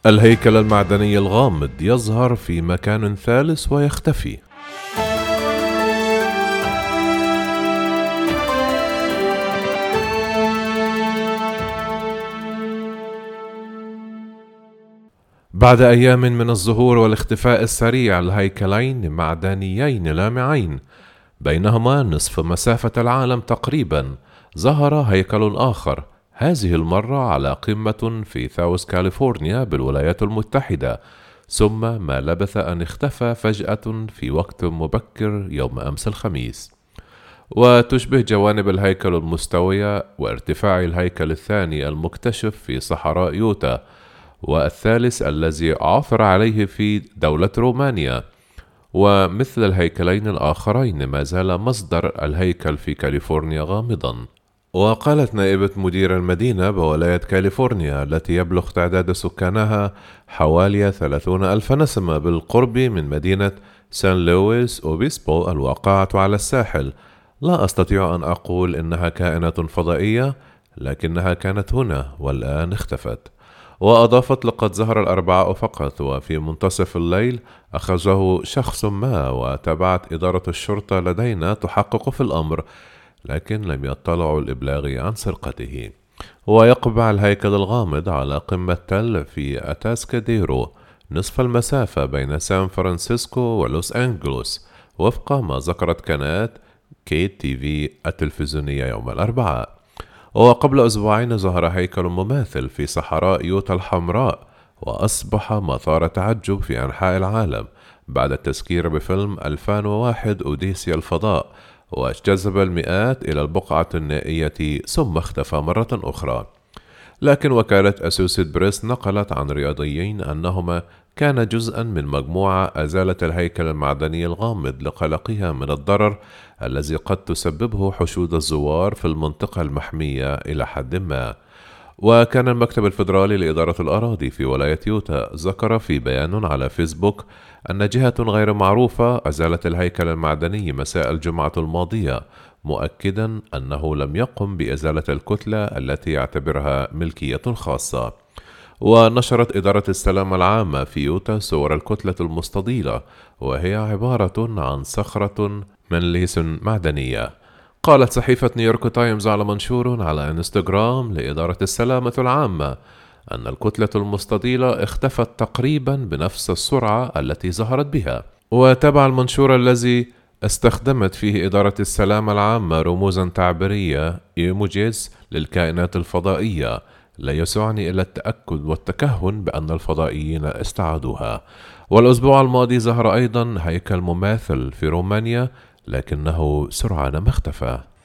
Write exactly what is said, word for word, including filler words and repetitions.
الهيكل المعدني الغامض يظهر في مكان ثالث ويختفي. بعد أيام من الظهور والاختفاء السريع لهيكلين معدنيين لامعين بينهما نصف مسافة العالم تقريبا، ظهر هيكل آخر، هذه المرة على قمة في ساوث كاليفورنيا بالولايات المتحدة، ثم ما لبث أن اختفى فجأة في وقت مبكر يوم أمس الخميس. وتشبه جوانب الهيكل المستوية وارتفاع الهيكل الثاني المكتشف في صحراء يوتا، والثالث الذي عثر عليه في دولة رومانيا. ومثل الهيكلين الآخرين ما زال مصدر الهيكل في كاليفورنيا غامضا. وقالت نائبة مدير المدينة بولاية كاليفورنيا التي يبلغ تعداد سكانها حوالي ثلاثون ألف نسمة بالقرب من مدينة سان لويس أوبيسبو الواقعة على الساحل: لا أستطيع أن أقول إنها كائنات فضائية، لكنها كانت هنا والآن اختفت. وأضافت: لقد ظهر الأربعاء فقط، وفي منتصف الليل أخذه شخص ما، وتابعت إدارة الشرطة لدينا تحقق في الأمر، لكن لم يطلعوا الإبلاغ عن سرقته. ويقبع الهيكل الغامض على قمة تل في أتاسكاديرو، نصف المسافة بين سان فرانسيسكو ولوس أنجلوس، وفق ما ذكرت قناة كي تي في التلفزيونية يوم الأربعاء. وقبل أسبوعين ظهر هيكل مماثل في صحراء يوتا الحمراء، وأصبح مثار تعجب في أنحاء العالم بعد التذكير بفيلم ألفين وواحد أوديسيا الفضاء، وجذب المئات إلى البقعة النائية ثم اختفى مرة أخرى. لكن وكالة أسوسيد بريس نقلت عن رياضيين أنهما كان جزءا من مجموعة أزالت الهيكل المعدني الغامض لقلقها من الضرر الذي قد تسببه حشود الزوار في المنطقة المحمية إلى حد ما. وكان المكتب الفيدرالي لإدارة الأراضي في ولاية يوتا ذكر في بيان على فيسبوك أن جهة غير معروفة أزالت الهيكل المعدني مساء الجمعة الماضية، مؤكدا أنه لم يقم بإزالة الكتلة التي يعتبرها ملكية خاصة. ونشرت إدارة السلامة العامة في يوتا صور الكتلة المستطيلة، وهي عبارة عن صخرة من ليس معدنية. قالت صحيفة نيويورك تايمز على منشور على انستغرام لإدارة السلامة العامة أن الكتلة المستطيلة اختفت تقريبا بنفس السرعة التي ظهرت بها. وتابع المنشور الذي استخدمت فيه إدارة السلامة العامة رموزا تعبيرية إيموجيز للكائنات الفضائية: لا يسعني إلا التأكد والتكهن بأن الفضائيين استعادوها. والأسبوع الماضي ظهر أيضا هيكل مماثل في رومانيا، لكنه سرعان ما اختفى.